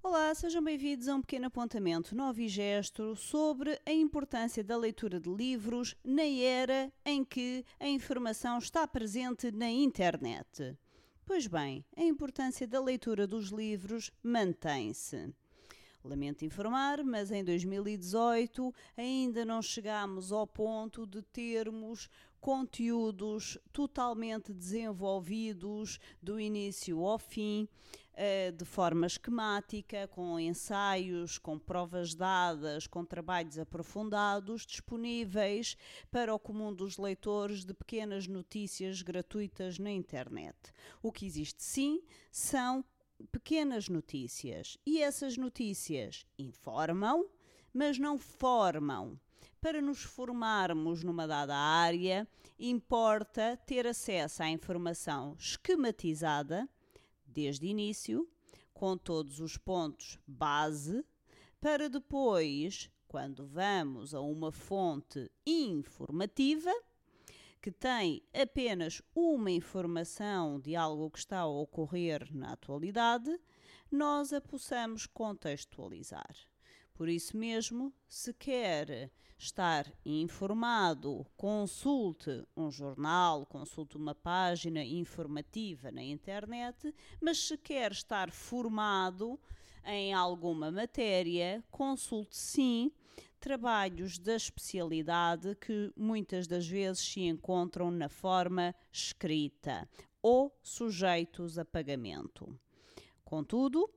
Olá, sejam bem-vindos a um pequeno apontamento novo e gesto sobre a importância da leitura de livros na era em que a informação está presente na internet. Pois bem, a importância da leitura dos livros mantém-se. Lamento informar, mas em 2018 ainda não chegámos ao ponto de termos conteúdos totalmente desenvolvidos do início ao fim, de forma esquemática, com ensaios, com provas dadas, com trabalhos aprofundados, disponíveis para o comum dos leitores de pequenas notícias gratuitas na internet. O que existe sim são pequenas notícias, e essas notícias informam, mas não formam. Para nos formarmos numa dada área, importa ter acesso à informação esquematizada, desde o início, com todos os pontos base, para depois, quando vamos a uma fonte informativa, que tem apenas uma informação de algo que está a ocorrer na atualidade, nós a possamos contextualizar. Por isso mesmo, se quer estar informado, consulte um jornal, consulte uma página informativa na internet, mas se quer estar formado em alguma matéria, consulte sim trabalhos da especialidade que muitas das vezes se encontram na forma escrita ou sujeitos a pagamento. Contudo,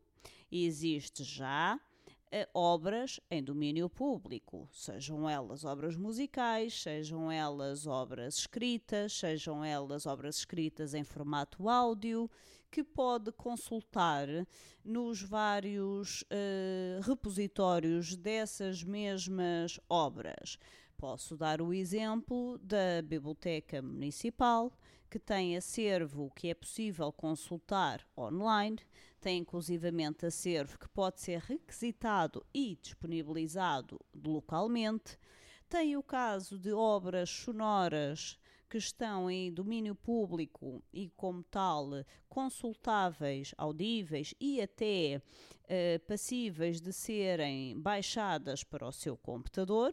existe já obras em domínio público, sejam elas obras musicais, sejam elas obras escritas, sejam elas obras escritas em formato áudio, que pode consultar nos vários repositórios dessas mesmas obras. Posso dar o exemplo da Biblioteca Municipal, que tem acervo que é possível consultar online, tem inclusivamente acervo que pode ser requisitado e disponibilizado localmente, tem o caso de obras sonoras que estão em domínio público e, como tal, consultáveis, audíveis e até passíveis de serem baixadas para o seu computador.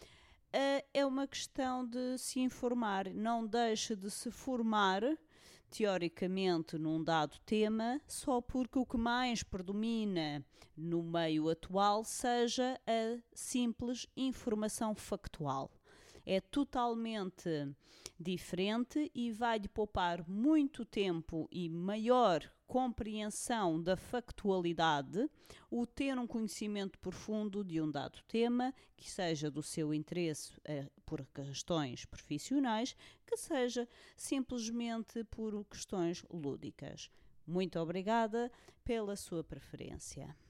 É uma questão de se informar, não deixe de se formar teoricamente num dado tema só porque o que mais predomina no meio atual seja a simples informação factual. É totalmente diferente e vai-lhe poupar muito tempo e maior compreensão da factualidade o ter um conhecimento profundo de um dado tema, que seja do seu interesse por questões profissionais, que seja simplesmente por questões lúdicas. Muito obrigada pela sua preferência.